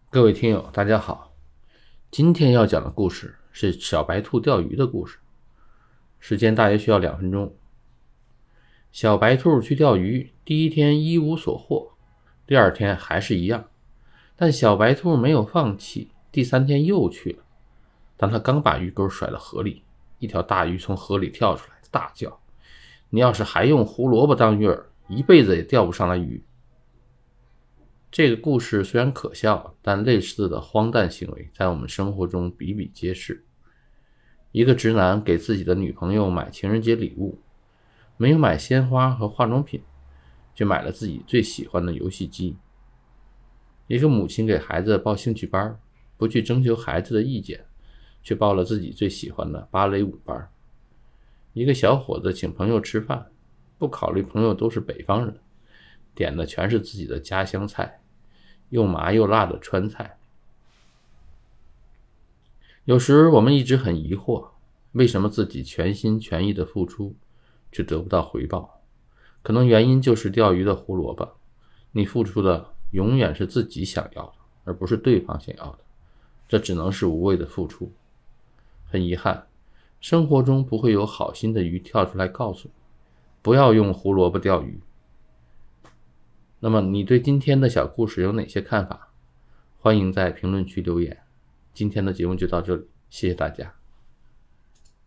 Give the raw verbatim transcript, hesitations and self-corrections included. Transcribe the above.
各位听友大家好，今天要讲的故事是小白兔钓鱼的故事，时间大约需要两分钟。小白兔去钓鱼，第一天一无所获，第二天还是一样，但小白兔没有放弃，第三天又去了。当他刚把鱼钩甩到河里，一条大鱼从河里跳出来，大叫：你要是还用胡萝卜当鱼饵，一辈子也钓不上来鱼。这个故事虽然可笑，但类似的荒诞行为在我们生活中比比皆是。一个直男给自己的女朋友买情人节礼物，没有买鲜花和化妆品，却买了自己最喜欢的游戏机。一个母亲给孩子报兴趣班，不去征求孩子的意见，却报了自己最喜欢的芭蕾舞班。一个小伙子请朋友吃饭，不考虑朋友都是北方人，点的全是自己的家乡菜，又麻又辣的川菜。有时我们一直很疑惑，为什么自己全心全意的付出却得不到回报？可能原因就是钓鱼的胡萝卜，你付出的永远是自己想要的，而不是对方想要的，这只能是无谓的付出。很遗憾，生活中不会有好心的鱼跳出来告诉你，不要用胡萝卜钓鱼。那么你对今天的小故事有哪些看法？欢迎在评论区留言。今天的节目就到这里，谢谢大家。